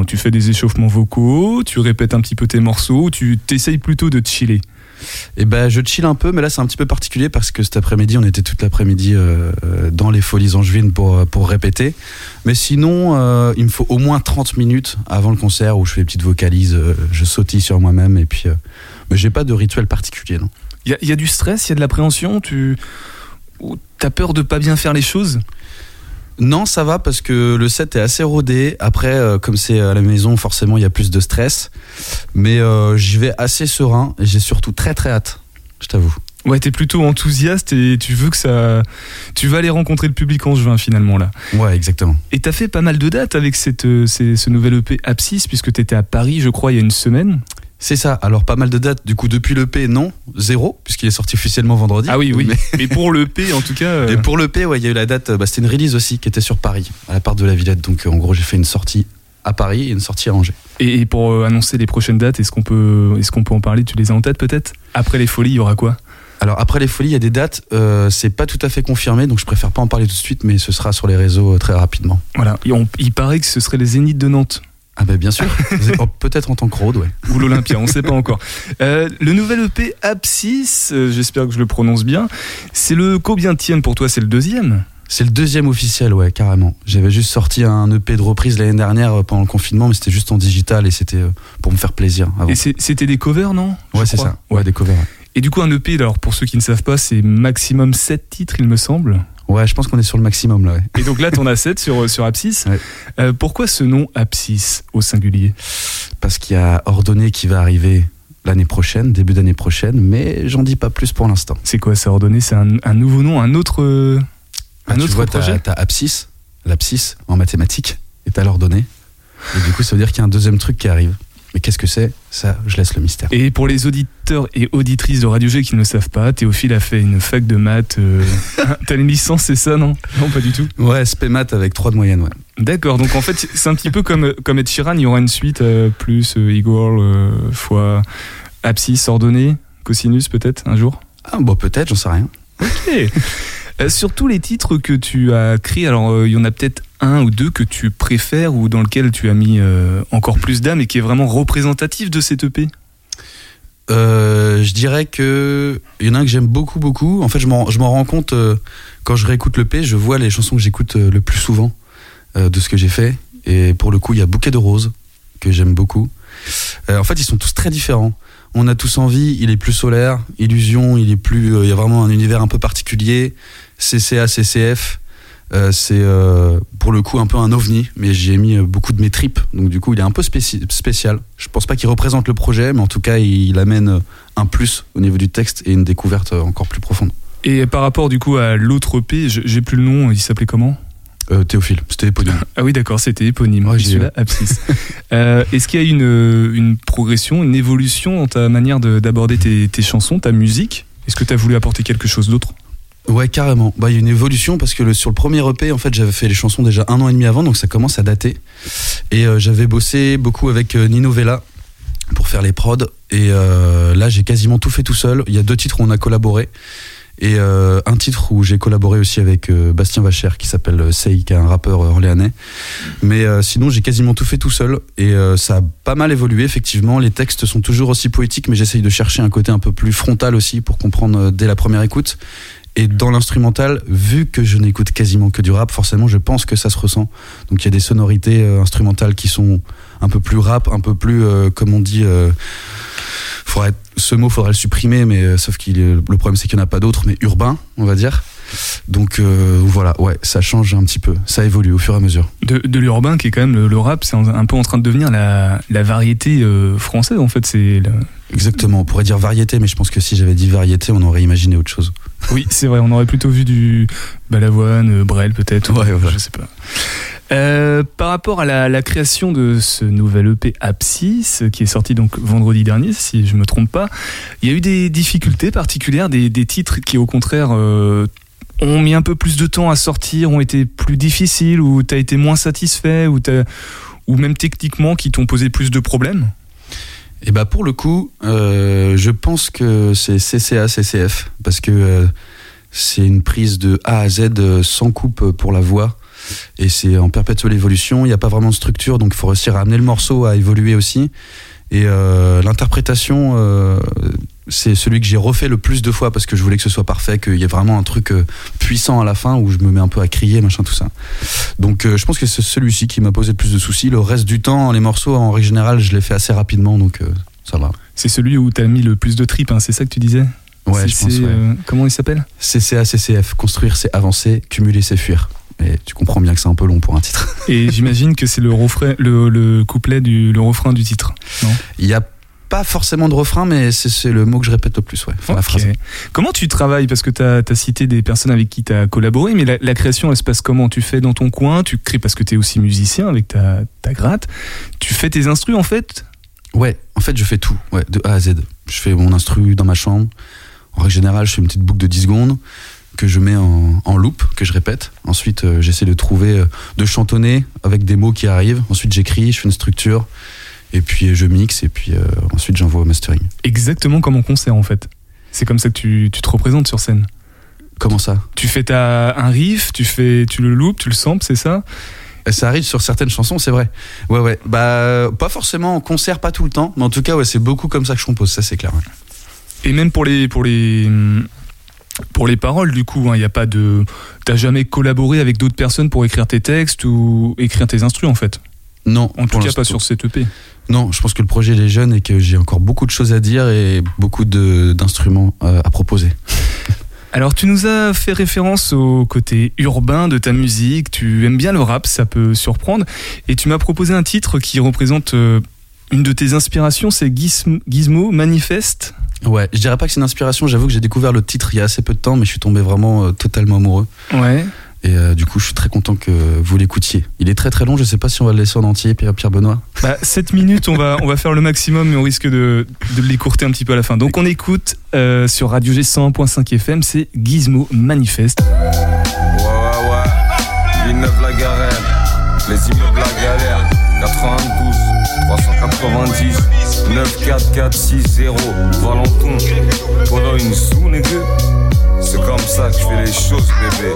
Tu fais des échauffements vocaux, tu répètes un petit peu tes morceaux, ou tu t'essayes plutôt de chiller ? Eh ben, je chill un peu, mais là c'est un petit peu particulier parce que cet après-midi, on était toute l'après-midi dans les Folies Angevines pour répéter. Mais sinon, il me faut au moins 30 minutes avant le concert où je fais des petites vocalises, je sautille sur moi-même, et puis mais j'ai pas de rituel particulier, non. Il y a du stress, il y a de l'appréhension, t'as peur de pas bien faire les choses ? Non, ça va parce que le set est assez rodé. Après, comme c'est à la maison, forcément, il y a plus de stress. Mais j'y vais assez serein et j'ai surtout très très hâte, je t'avoue. Ouais, t'es plutôt enthousiaste et tu veux que ça... Tu vas aller rencontrer le public en juin finalement là. Ouais, exactement. Et t'as fait pas mal de dates avec ce nouvel EP Abscisse puisque t'étais à Paris, je crois, il y a une semaine. C'est ça, alors pas mal de dates, du coup depuis l'EP, non, 0, puisqu'il est sorti officiellement vendredi. Ah oui, mais pour l'EP en tout cas... Et pour l'EP, ouais, il y a eu la date, c'était une release aussi qui était sur Paris, à la part de la Villette, donc en gros j'ai fait une sortie à Paris et une sortie à Angers. Et pour annoncer les prochaines dates, est-ce qu'on peut en parler ? Tu les as en tête peut-être ? Après les Folies, il y aura quoi ? Alors après les Folies, il y a des dates, c'est pas tout à fait confirmé, donc je préfère pas en parler tout de suite, mais ce sera sur les réseaux très rapidement. Voilà, il paraît que ce serait les Zéniths de Nantes. Ah ben bien sûr, peut-être en tant que road, ouais. Ou l'Olympia, on sait pas encore. Le nouvel EP Abscisse, j'espère que je le prononce bien, c'est le combienième pour toi, c'est le deuxième ? C'est le deuxième officiel, ouais, carrément. J'avais juste sorti un EP de reprise l'année dernière pendant le confinement, mais c'était juste en digital et c'était pour me faire plaisir. Avant. Et c'était des covers, non ? Ouais, c'est ça. Ouais, des covers. Ouais. Et du coup, un EP, alors pour ceux qui ne savent pas, c'est maximum 7 titres, il me semble. Ouais, je pense qu'on est sur le maximum là. Ouais. Et donc là, t'en as 7 sur Abscisse. Ouais. Pourquoi ce nom Abscisse au singulier ? Parce qu'il y a Ordonnée qui va arriver l'année prochaine, début d'année prochaine, mais j'en dis pas plus pour l'instant. C'est quoi ça, Ordonnée ? C'est un nouveau nom, un autre projet ? T'as Abscisse, l'abscisse en mathématiques, et t'as l'ordonnée. Et du coup, ça veut dire qu'il y a un deuxième truc qui arrive. Mais qu'est-ce que c'est ? Ça, je laisse le mystère. Et pour les auditeurs et auditrices de Radio G qui ne le savent pas, Théophile a fait une fac de maths. T'as une licence, c'est ça, non ? Non, pas du tout. Ouais, SP maths avec 3 de moyenne, ouais. D'accord, donc en fait, c'est un petit peu comme Ed Sheeran, il y aura une suite plus equal fois abscisse, ordonnée, cosinus peut-être, un jour ? Ah, bon, peut-être, j'en sais rien. Ok. Sur tous les titres que tu as créés, alors il y en a peut-être un ou deux que tu préfères ou dans lequel tu as mis encore plus d'âme et qui est vraiment représentatif de cet EP ? Je dirais que il y en a un que j'aime beaucoup. En fait, je m'en rends compte quand je réécoute l'EP, je vois les chansons que j'écoute le plus souvent de ce que j'ai fait. Et pour le coup, il y a Bouquet de roses que j'aime beaucoup. En fait, ils sont tous très différents. On a tous envie, il est plus solaire. Illusion, il y a vraiment un univers un peu particulier. CCA, CCF, c'est pour le coup un peu un ovni, mais j'ai mis beaucoup de mes tripes, donc du coup il est un peu spécial. Je pense pas qu'il représente le projet, mais en tout cas il amène un plus au niveau du texte et une découverte encore plus profonde. Et par rapport du coup à l'autre EP, j'ai plus le nom, il s'appelait comment ? Théophile, c'était éponyme. Ah oui, d'accord, c'était éponyme. Ouais, celui-là, Abscisse. Est-ce qu'il y a une progression, une évolution dans ta manière d'aborder tes chansons, ta musique ? Est-ce que tu as voulu apporter quelque chose d'autre ? Ouais, carrément. Il y a une évolution parce que sur le premier EP, en fait, j'avais fait les chansons déjà 1 an et demi avant, donc ça commence à dater. Et j'avais bossé beaucoup avec Nino Vella pour faire les prods. Et là, j'ai quasiment tout fait tout seul. Il y a 2 titres où on a collaboré. Et un titre où j'ai collaboré aussi avec Bastien Vacher qui s'appelle Sei, qui est un rappeur orléanais. Mais sinon j'ai quasiment tout fait tout seul et ça a pas mal évolué effectivement. Les textes sont toujours aussi poétiques, mais j'essaye de chercher un côté un peu plus frontal aussi pour comprendre dès la première écoute. Et dans l'instrumental, vu que je n'écoute quasiment que du rap, forcément je pense que ça se ressent. Donc il y a des sonorités instrumentales qui sont un peu plus rap, un peu plus comme on dit... ce mot faudrait le supprimer, mais sauf que le problème c'est qu'il n'y en a pas d'autres, mais urbain on va dire. Donc voilà, ouais, ça change un petit peu, ça évolue au fur et à mesure. De l'urbain qui est quand même le rap, c'est un peu en train de devenir la variété française en fait. Exactement, on pourrait dire variété, mais je pense que si j'avais dit variété, on aurait imaginé autre chose. Oui, c'est vrai, on aurait plutôt vu du Balavoine, Brel peut-être, ouais, voilà. Je sais pas. Par rapport à la création de ce nouvel EP Abscisse, qui est sorti donc vendredi dernier, si je me trompe pas, il y a eu des difficultés particulières, des titres qui au contraire ont mis un peu plus de temps à sortir, ont été plus difficiles, ou t'as été moins satisfait, ou même techniquement qui t'ont posé plus de problèmes ? Et pour le coup, je pense que c'est CCA, CCF, parce que c'est une prise de A à Z sans coupe pour la voix. Et c'est en perpétuelle évolution, il n'y a pas vraiment de structure, donc il faut réussir à amener le morceau à évoluer aussi. Et l'interprétation, c'est celui que j'ai refait le plus de fois parce que je voulais que ce soit parfait, qu'il y ait vraiment un truc puissant à la fin où je me mets un peu à crier, machin, tout ça. Donc je pense que c'est celui-ci qui m'a posé le plus de soucis. Le reste du temps, les morceaux, en règle générale, je les fais assez rapidement, donc ça va. C'est celui où tu as mis le plus de tripes, hein, c'est ça que tu disais ? Ouais, je pense, ouais. Comment il s'appelle ? CCA, CCF, construire c'est avancer, cumuler c'est fuir. Et tu comprends bien que c'est un peu long pour un titre. Et j'imagine que c'est le refrain du titre, non ? Il n'y a pas forcément de refrain, mais c'est le mot que je répète le plus, ouais. Enfin, la phrase. Comment tu travailles ? Parce que tu as cité des personnes avec qui tu as collaboré, mais la création, elle se passe comment ? Tu fais dans ton coin, tu crées parce que tu es aussi musicien avec ta gratte. Tu fais tes instrus en fait ? Ouais, en fait je fais tout, ouais, de A à Z. Je fais mon instru dans ma chambre. En règle générale, je fais une petite boucle de 10 secondes que je mets en loop, que je répète. Ensuite, j'essaie de trouver, de chantonner avec des mots qui arrivent. Ensuite, j'écris, je fais une structure. Et puis, je mixe. Et puis, ensuite, j'envoie au mastering. Exactement comme en concert, en fait. C'est comme ça que tu te représentes sur scène. Comment ça ? Tu fais un riff, tu le loopes, tu le samples, c'est ça ? Ça arrive sur certaines chansons, c'est vrai. Ouais. Bah, pas forcément en concert, pas tout le temps, mais en tout cas, ouais, c'est beaucoup comme ça que je compose, ça c'est clair. Ouais. Et même pour les paroles, du coup, hein, y a pas de. T'as jamais collaboré avec d'autres personnes pour écrire tes textes ou écrire tes instrus, en fait ? Non. En tout cas, pas sur cette EP. Non, je pense que le projet il est jeune et que j'ai encore beaucoup de choses à dire et beaucoup d'instruments à proposer. Alors, tu nous as fait référence au côté urbain de ta musique, tu aimes bien le rap, ça peut surprendre, et tu m'as proposé un titre qui représente une de tes inspirations, c'est Gizmo Manifeste. Ouais, je dirais pas que c'est une inspiration, j'avoue que j'ai découvert le titre il y a assez peu de temps, mais je suis tombé vraiment totalement amoureux. Ouais. Et du coup, je suis très content que vous l'écoutiez. Il est très très long, je sais pas si on va le laisser en entier, Pierre Benoît. 7 minutes, on va faire le maximum, mais on risque de l'écourter un petit peu à la fin. Donc on écoute sur Radio G 101.5 FM, c'est Gizmo Manifeste. Ouais. Villeneuve-la-Garenne, les immeubles la galère, 92, 390, 94460, Valenton, voilà une sous, les deux. C'est comme ça que je fais les choses, bébé.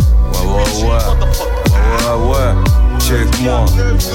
Ouais, check moi.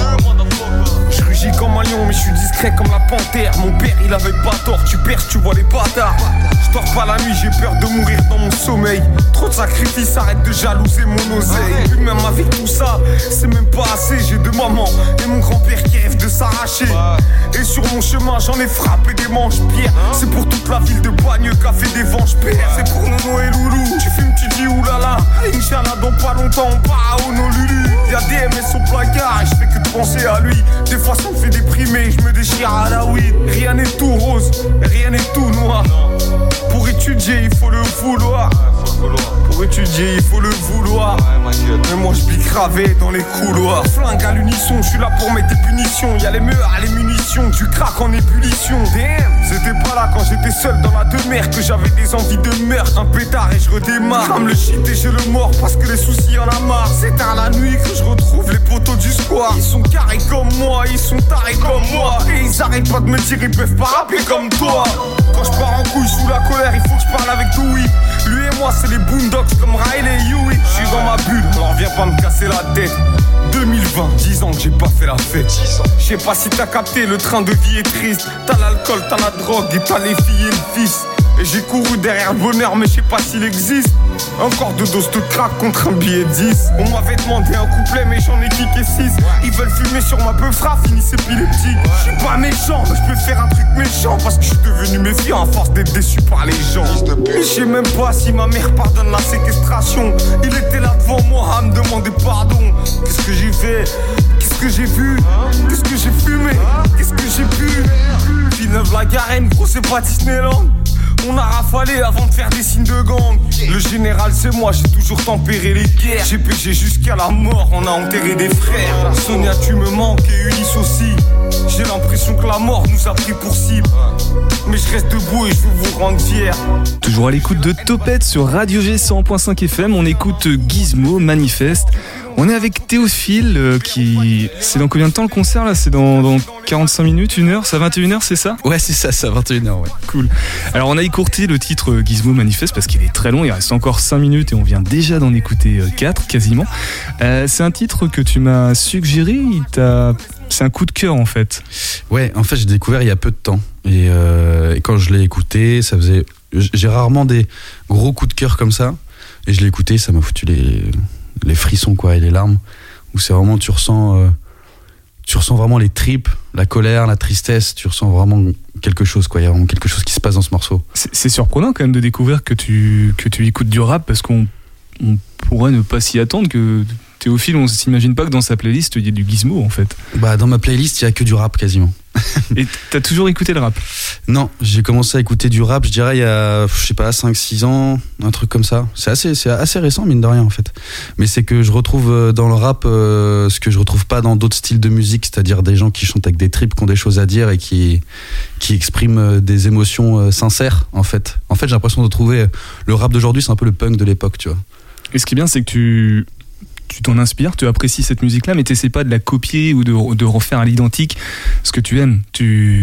Je rugis comme un lion mais je suis discret comme la panthère. Mon père il avait pas tort, tu perds, tu vois les bâtards. Je dors pas la nuit, j'ai peur de mourir dans mon sommeil. Trop de sacrifices, arrête de jalouser mon oseille. Et puis même avec tout ça, c'est même pas assez. J'ai deux mamans et mon grand-père qui rêve de s'arracher. Et sur mon chemin j'en ai frappé des manches-pierres. C'est pour toute la ville de Bagneux qu'a fait des venges pères. C'est pour Nono et Loulou, tu fumes, tu dis oulala. Inch'Allah dans pas longtemps on part à Honolulu. Y'a des MS au placard et je fais que de penser à lui. Des fois ça me fait déprimer, je me déchire à la weed. Rien n'est tout rose, rien n'est tout noir. Pour étudier il faut le vouloir. Pour étudier il faut le vouloir. Mais moi je pique gravé dans les couloirs. Flingue à l'unisson, je suis là pour mettre des punitions. Y'a les meurs, les munitions, du crack en ébullition. Damn, c'était pas là quand j'étais seul dans la demeure que j'avais des envies de meurtre. Un pétard et je redémarre. Crame le shit et je le mords parce que les soucis en a marre. C'est tard la nuit que je retrouve les poteaux du square. Ils sont carrés comme moi, ils sont tarés comme moi. Et ils arrêtent pas de me dire ils peuvent pas rapper comme toi. Quand je pars en couille sous la colère, il faut que je parle avec Dewey. Lui et moi c'est les Boondocks comme Riley et Huey. Je suis dans ma bulle, alors viens pas me casser la tête. 2020, 10 ans que j'ai pas fait la fête. Je sais pas si t'as capté, le train de vie est triste. T'as l'alcool, t'as la drogue et t'as les filles et le fils. Et j'ai couru derrière le bonheur mais je sais pas s'il existe. Encore 2 doses de crack contre un billet 10. On m'avait demandé un couplet mais j'en ai kické 6. Ils veulent fumer sur ma peufra, finissent épileptique. Je suis pas méchant mais je peux faire un truc méchant. Parce que je suis devenu méfiant à force d'être déçu par les gens. Et je sais même pas si ma mère pardonne la séquestration. Il était là devant moi à me demander pardon. Qu'est-ce que j'ai fait? Qu'est-ce que j'ai vu? Qu'est-ce que j'ai fumé? Qu'est-ce que j'ai bu? Villeneuve-la-Garenne, gros c'est pas Disneyland. On a rafalé avant de faire des signes de gang. Le général c'est moi, j'ai toujours tempéré les guerres. J'ai péché jusqu'à la mort, on a enterré des frères. Sonia tu me manques et Ulysse aussi. J'ai l'impression que la mort nous a pris pour cible. Mais je reste debout et je veux vous rendre fiers. Toujours à l'écoute de Topette sur Radio G 100.5 FM. On écoute Gizmo Manifeste. On est avec Théophile qui... C'est dans combien de temps le concert là? C'est dans 45 minutes, 1 heure? C'est à 21h, c'est ça? Ouais, c'est ça, c'est à 21h, ouais. Cool. Alors on a écourté le titre Gizmo Manifeste parce qu'il est très long, il reste encore 5 minutes et on vient déjà d'en écouter 4 quasiment. C'est un titre que tu m'as suggéré, c'est un coup de cœur en fait. Ouais, en fait j'ai découvert il y a peu de temps et quand je l'ai écouté, ça faisait... J'ai rarement des gros coups de cœur comme ça et je l'ai écouté, ça m'a foutu les frissons quoi et les larmes, où c'est vraiment tu ressens vraiment les tripes, la colère, la tristesse, tu ressens vraiment quelque chose quoi, il y a vraiment quelque chose qui se passe dans ce morceau. C'est surprenant quand même de découvrir que tu écoutes du rap parce qu'on pourrait ne pas s'y attendre que Théophile, on s'imagine pas que dans sa playlist il y ait du gizmo en fait. Bah dans ma playlist il y a que du rap quasiment. Et t'as toujours écouté le rap? Non, j'ai commencé à écouter du rap, je dirais il y a, je sais pas, 5-6 ans, un truc comme ça. C'est assez récent mine de rien en fait. Mais c'est que je retrouve dans le rap ce que je retrouve pas dans d'autres styles de musique, c'est-à-dire des gens qui chantent avec des tripes, qui ont des choses à dire et qui expriment des émotions sincères en fait. En fait j'ai l'impression de trouver le rap d'aujourd'hui, c'est un peu le punk de l'époque, tu vois. Et ce qui est bien c'est que tu t'en inspires, tu apprécies cette musique-là, mais t'essaies pas de la copier ou de refaire à l'identique ce que tu aimes. Tu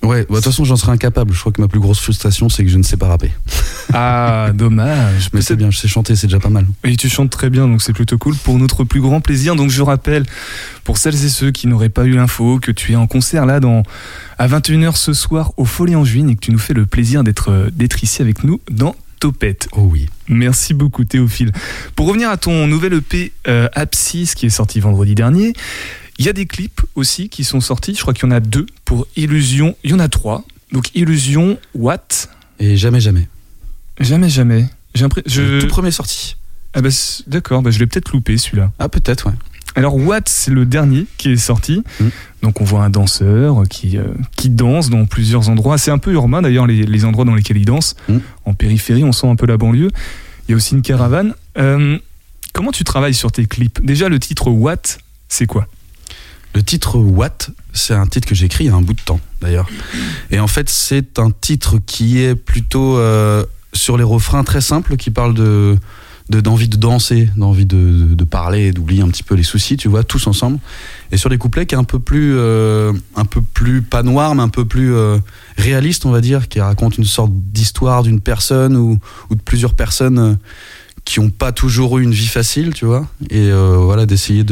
Ouais, de toute façon, j'en serais incapable. Je crois que ma plus grosse frustration, c'est que je ne sais pas rapper. Ah, dommage. Mais c'est bien, je sais chanter, c'est déjà pas mal. Et tu chantes très bien, donc c'est plutôt cool. Pour notre plus grand plaisir, donc je rappelle, pour celles et ceux qui n'auraient pas eu l'info, que tu es en concert là à 21h ce soir au Folies Angevines et que tu nous fais le plaisir d'être ici avec nous dans Topette. Oh oui. Merci beaucoup Théophile. Pour revenir à ton nouvel EP Abscisse qui est sorti vendredi dernier, il y a des clips aussi qui sont sortis, je crois qu'il y en a 2 pour Illusion, il y en a 3. Donc Illusion, What et Jamais Jamais. Jamais Jamais. Le tout premier sorti. Ah bah d'accord, je l'ai peut-être loupé celui-là. Ah peut-être, ouais. Alors What, c'est le dernier qui est sorti. Donc on voit un danseur qui danse dans plusieurs endroits. C'est un peu urbain d'ailleurs les endroits dans lesquels il danse. En périphérie, on sent un peu la banlieue. Il y a aussi une caravane. Comment tu travailles sur tes clips ? Déjà le titre What, c'est quoi ? Le titre What, c'est un titre que j'ai écrit il y a un bout de temps d'ailleurs. Et en fait, c'est un titre qui est plutôt sur les refrains très simples, qui parle d'envie de danser, d'envie de parler, d'oublier un petit peu les soucis, tu vois, tous ensemble. Et sur les couplets qui est un peu plus pas noir, mais un peu plus réaliste, on va dire, qui raconte une sorte d'histoire d'une personne ou de plusieurs personnes qui n'ont pas toujours eu une vie facile, tu vois. Et voilà, d'essayer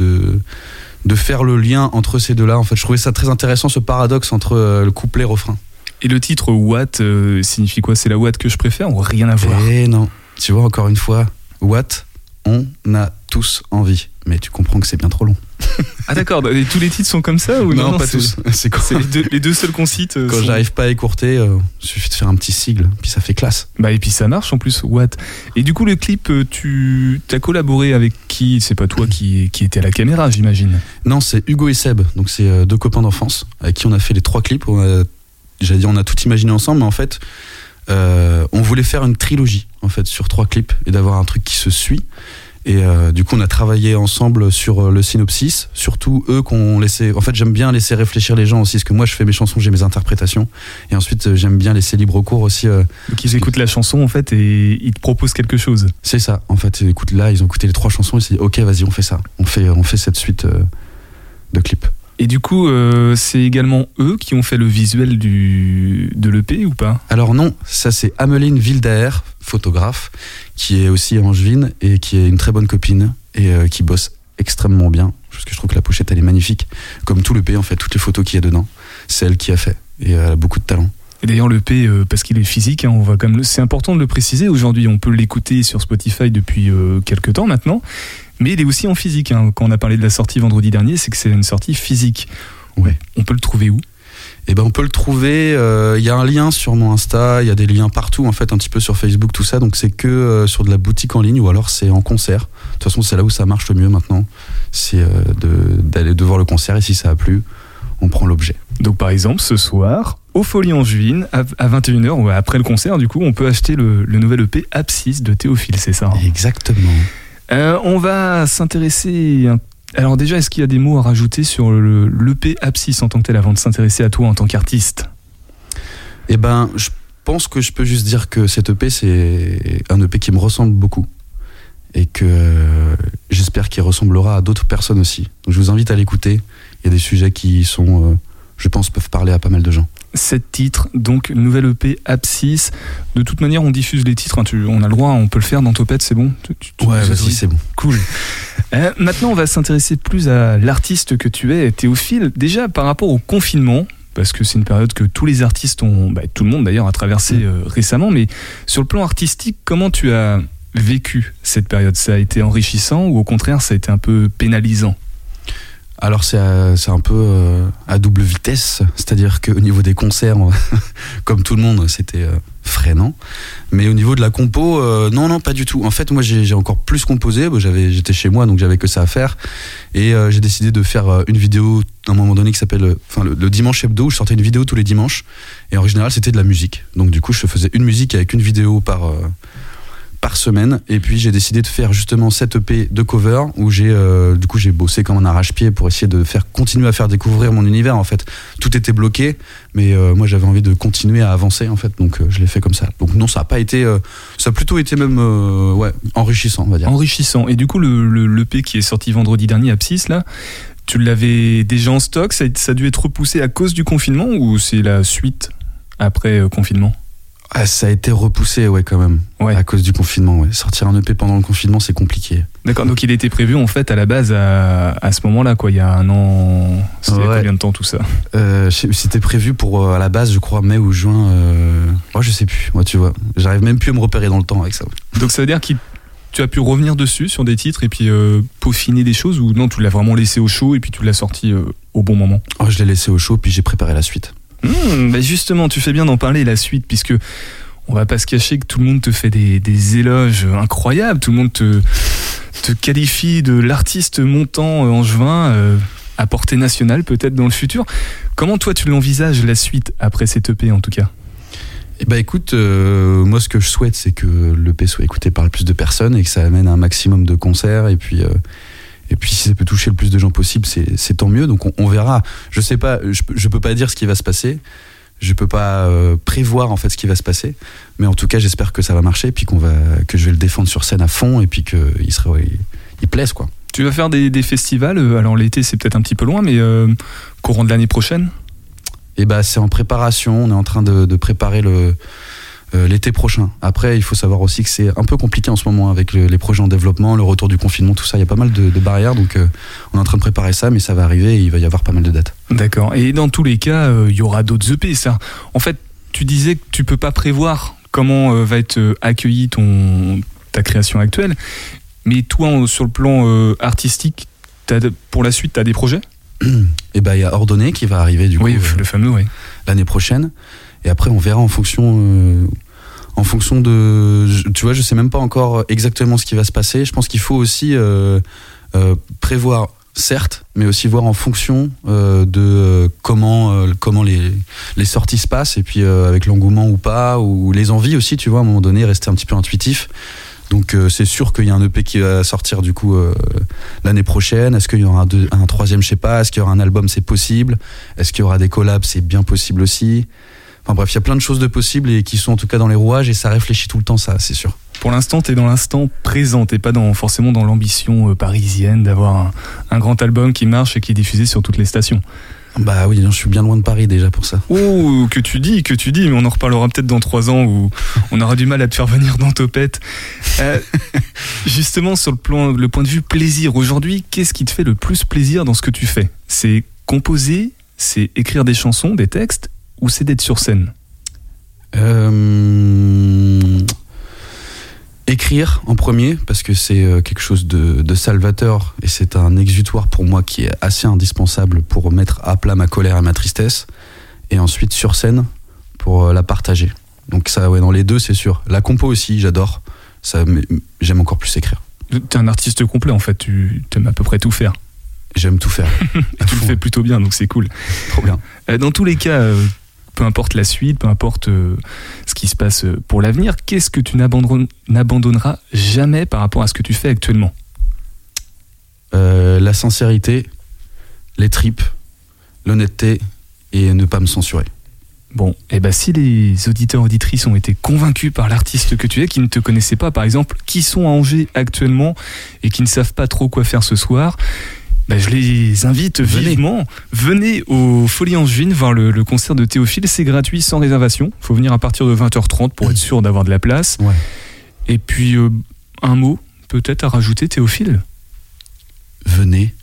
de faire le lien entre ces deux-là. En fait, je trouvais ça très intéressant, ce paradoxe entre le couplet et refrain. Et le titre What signifie quoi ? C'est la What que je préfère ou rien à voir ? Eh non, tu vois, encore une fois, What, on a tous envie. Mais tu comprends que c'est bien trop long. Ah d'accord, et tous les titres sont comme ça ou non, pas tous. C'est les deux seuls qu'on cite. Quand j'arrive pas à écourter, il suffit de faire un petit sigle, puis ça fait classe. Et puis ça marche en plus, What. Et du coup le clip, tu as collaboré avec qui ? C'est pas toi qui était à la caméra, j'imagine. Non, c'est Hugo et Seb, donc c'est 2 copains d'enfance avec qui on a fait les 3 clips. On a tout imaginé ensemble, mais en fait, on voulait faire une trilogie en fait sur 3 clips et d'avoir un truc qui se suit. Et du coup on a travaillé ensemble sur le synopsis, surtout eux qu'on laissait. En fait j'aime bien laisser réfléchir les gens aussi, parce que moi je fais mes chansons, j'ai mes interprétations, et ensuite j'aime bien laisser libre cours aussi. Donc ils écoutent la chanson en fait et ils te proposent quelque chose. C'est ça, en fait écoute, là ils ont écouté les 3 chansons et ils se disent ok vas-y on fait ça, on fait cette suite de clips. Et du coup, c'est également eux qui ont fait le visuel de l'EP ou pas ? Alors non, ça c'est Ameline Wildaer, photographe, qui est aussi angevine et qui est une très bonne copine et qui bosse extrêmement bien, parce que je trouve que la pochette elle est magnifique, comme tout l'EP en fait, toutes les photos qu'il y a dedans, c'est elle qui a fait et elle a beaucoup de talent. Et d'ailleurs l'EP, parce qu'il est physique, on va c'est important de le préciser, aujourd'hui on peut l'écouter sur Spotify depuis quelques temps maintenant, mais il est aussi en physique. Quand on a parlé de la sortie vendredi dernier, c'est que c'est une sortie physique. Ouais. On peut le trouver où ? Eh ben on peut le trouver, il y a un lien sur mon Insta, il y a des liens partout en fait, un petit peu sur Facebook, tout ça, donc c'est que sur de la boutique en ligne ou alors c'est en concert. De toute façon c'est là où ça marche le mieux maintenant, c'est d'aller de voir le concert, et si ça a plu, on prend l'objet. Donc par exemple ce soir, au Folies Angevines, à 21h, ou après le concert du coup, on peut acheter le nouvel EP Abscisse de Théophile, c'est ça ? Exactement. On va s'intéresser... Alors déjà, est-ce qu'il y a des mots à rajouter sur l'EP Abscisse en tant que tel, avant de s'intéresser à toi en tant qu'artiste ? Eh ben, je pense que je peux juste dire que cet EP, c'est un EP qui me ressemble beaucoup et que j'espère qu'il ressemblera à d'autres personnes aussi. Donc je vous invite à l'écouter. Il y a des sujets qui sont, je pense, peuvent parler à pas mal de gens. 7 titres, donc nouvelle EP Abscisse. De toute manière, on diffuse les titres, on a le droit, on peut le faire dans Topette, c'est bon ? Ouais, vas-y, c'est bon. Cool. Maintenant, on va s'intéresser plus à l'artiste que tu es, Théophile. Déjà, par rapport au confinement, parce que c'est une période que tous les artistes ont, tout le monde d'ailleurs a traversé récemment, mais sur le plan artistique, comment tu as vécu cette période ? Ça a été enrichissant ou au contraire, ça a été un peu pénalisant ? Alors c'est un peu à double vitesse, c'est-à-dire qu'au niveau des concerts, comme tout le monde, c'était freinant. Mais au niveau de la compo, non, pas du tout. En fait, moi j'ai encore plus composé, j'étais chez moi donc j'avais que ça à faire. Et j'ai décidé de faire une vidéo à un moment donné qui s'appelle le dimanche hebdo, où je sortais une vidéo tous les dimanches. Et en général c'était de la musique. Donc du coup je faisais une musique avec une vidéo par semaine, et puis j'ai décidé de faire justement cette EP de cover où j'ai bossé comme un arrache-pied pour essayer de continuer à faire découvrir mon univers. En fait tout était bloqué, mais moi j'avais envie de continuer à avancer en fait, donc je l'ai fait comme ça. Donc non, ça a pas été, ça a plutôt été même enrichissant, on va dire. Enrichissant. Et du coup le EP qui est sorti vendredi dernier, Abscisse là, Tu l'avais déjà en stock, ça a dû être repoussé à cause du confinement ou c'est la suite après confinement? Ça a été repoussé, ouais, quand même, à cause du confinement. Ouais. Sortir un EP pendant le confinement, c'est compliqué. D'accord, donc il était prévu en fait à la base à ce moment-là, quoi, il y a un an. C'était combien de temps tout ça? C'était prévu pour à la base, je crois, mai ou juin. Je sais plus, moi, tu vois. J'arrive même plus à me repérer dans le temps avec ça. Donc ça veut dire que tu as pu revenir dessus sur des titres et puis peaufiner des choses, ou non, tu l'as vraiment laissé au chaud et puis tu l'as sorti au bon moment? Je l'ai laissé au chaud puis j'ai préparé la suite. Justement, tu fais bien d'en parler, la suite, puisque on va pas se cacher que tout le monde te fait des éloges incroyables, tout le monde te qualifie de l'artiste montant angevin à portée nationale peut-être dans le futur. Comment toi tu l'envisages, la suite après cette EP en tout cas? Écoute, moi ce que je souhaite c'est que l'EP soit écouté par le plus de personnes et que ça amène un maximum de concerts et puis si ça peut toucher le plus de gens possible, c'est tant mieux. Donc on verra. Je sais pas, je peux pas dire ce qui va se passer. Je peux pas prévoir en fait ce qui va se passer. Mais en tout cas, j'espère que ça va marcher, puis que je vais le défendre sur scène à fond, et puis qu'il plaise quoi. Tu vas faire des festivals. Alors l'été, c'est peut-être un petit peu loin, mais courant de l'année prochaine. C'est en préparation. On est en train de préparer l'été prochain. Après, il faut savoir aussi que c'est un peu compliqué en ce moment avec les projets en développement, le retour du confinement, tout ça. Il y a pas mal de barrières, donc on est en train de préparer ça, mais ça va arriver et il va y avoir pas mal de dates. D'accord. Et dans tous les cas, il y aura d'autres EP, ça. En fait, tu disais que tu peux pas prévoir comment va être accueillie ta création actuelle, mais toi, sur le plan artistique, pour la suite, tu as des projets? Il y a Ordonné qui va arriver du coup. Oui, le fameux, oui. L'année prochaine. Et après, on verra en fonction de... Tu vois, je sais même pas encore exactement ce qui va se passer. Je pense qu'il faut aussi prévoir, certes, mais aussi voir en fonction de comment les sorties se passent, et puis avec l'engouement ou pas, ou les envies aussi, tu vois, à un moment donné, rester un petit peu intuitif. Donc c'est sûr qu'il y a un EP qui va sortir du coup l'année prochaine. Est-ce qu'il y aura un troisième, je sais pas. Est-ce qu'il y aura un album, c'est possible. Est-ce qu'il y aura des collabs, c'est bien possible aussi. Enfin bref, il y a plein de choses de possibles et qui sont en tout cas dans les rouages, et ça réfléchit tout le temps, ça, c'est sûr. Pour l'instant, t'es dans l'instant présent, t'es pas forcément dans l'ambition parisienne d'avoir un grand album qui marche et qui est diffusé sur toutes les stations. Bah oui, je suis bien loin de Paris déjà pour ça. Oh, que tu dis, mais on en reparlera peut-être dans 3 ans où on aura du mal à te faire venir dans Topette. Justement, sur le point de vue plaisir, aujourd'hui, qu'est-ce qui te fait le plus plaisir dans ce que tu fais? C'est composer, c'est écrire des chansons, des textes, ou c'est d'être sur scène? Écrire en premier, parce que c'est quelque chose de salvateur, et c'est un exutoire pour moi qui est assez indispensable pour mettre à plat ma colère et ma tristesse. Et ensuite sur scène pour la partager. Donc ça, ouais, dans les deux, c'est sûr. La compo aussi, j'adore. Ça, j'aime encore plus écrire. T'es un artiste complet en fait, tu aimes à peu près tout faire. J'aime tout faire. Et tu le fais plutôt bien, donc c'est cool. Trop bien. Dans tous les cas, peu importe la suite, peu importe ce qui se passe pour l'avenir, qu'est-ce que tu n'abandonneras jamais par rapport à ce que tu fais actuellement? La sincérité, les tripes, l'honnêteté et ne pas me censurer. Bon, si les auditeurs auditrices ont été convaincus par l'artiste que tu es, qui ne te connaissaient pas par exemple, qui sont à Angers actuellement et qui ne savent pas trop quoi faire ce soir, je les invite vivement. Venez aux Folies Angevines voir le concert de Théophile. C'est gratuit, sans réservation. Il faut venir à partir de 20h30 pour être sûr d'avoir de la place. Ouais. Et puis, un mot peut-être à rajouter, Théophile? Venez.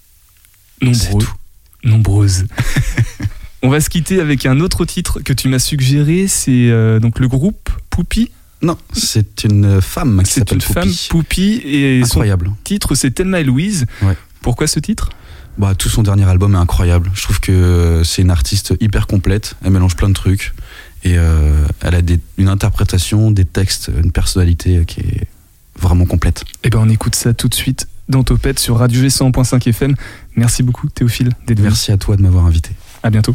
Nombreuses. On va se quitter avec un autre titre que tu m'as suggéré. C'est donc le groupe Poupie. Non, c'est une femme qui s'appelle Poupie. C'est une femme, Poupie. Et incroyable. Son titre, c'est Thelma et Louise. Ouais. Pourquoi ce titre? Tout son dernier album est incroyable. Je trouve que c'est une artiste hyper complète. Elle mélange plein de trucs. Et elle a une interprétation, des textes, une personnalité qui est vraiment complète. On écoute ça tout de suite dans Topette sur Radio G 100.5 FM. Merci beaucoup Théophile d'être venu. Merci à toi de m'avoir invité. À bientôt.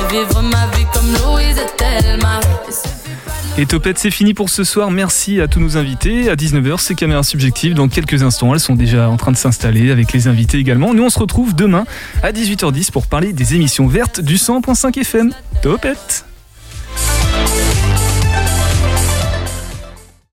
vivre ma vie comme Louise et Thelma. Et Topette, c'est fini pour ce soir. Merci à tous nos invités. À 19h, c'est Caméra Subjective. Dans quelques instants, elles sont déjà en train de s'installer avec les invités également. Nous, on se retrouve demain à 18h10 pour parler des émissions vertes du 100.5 FM. Topette!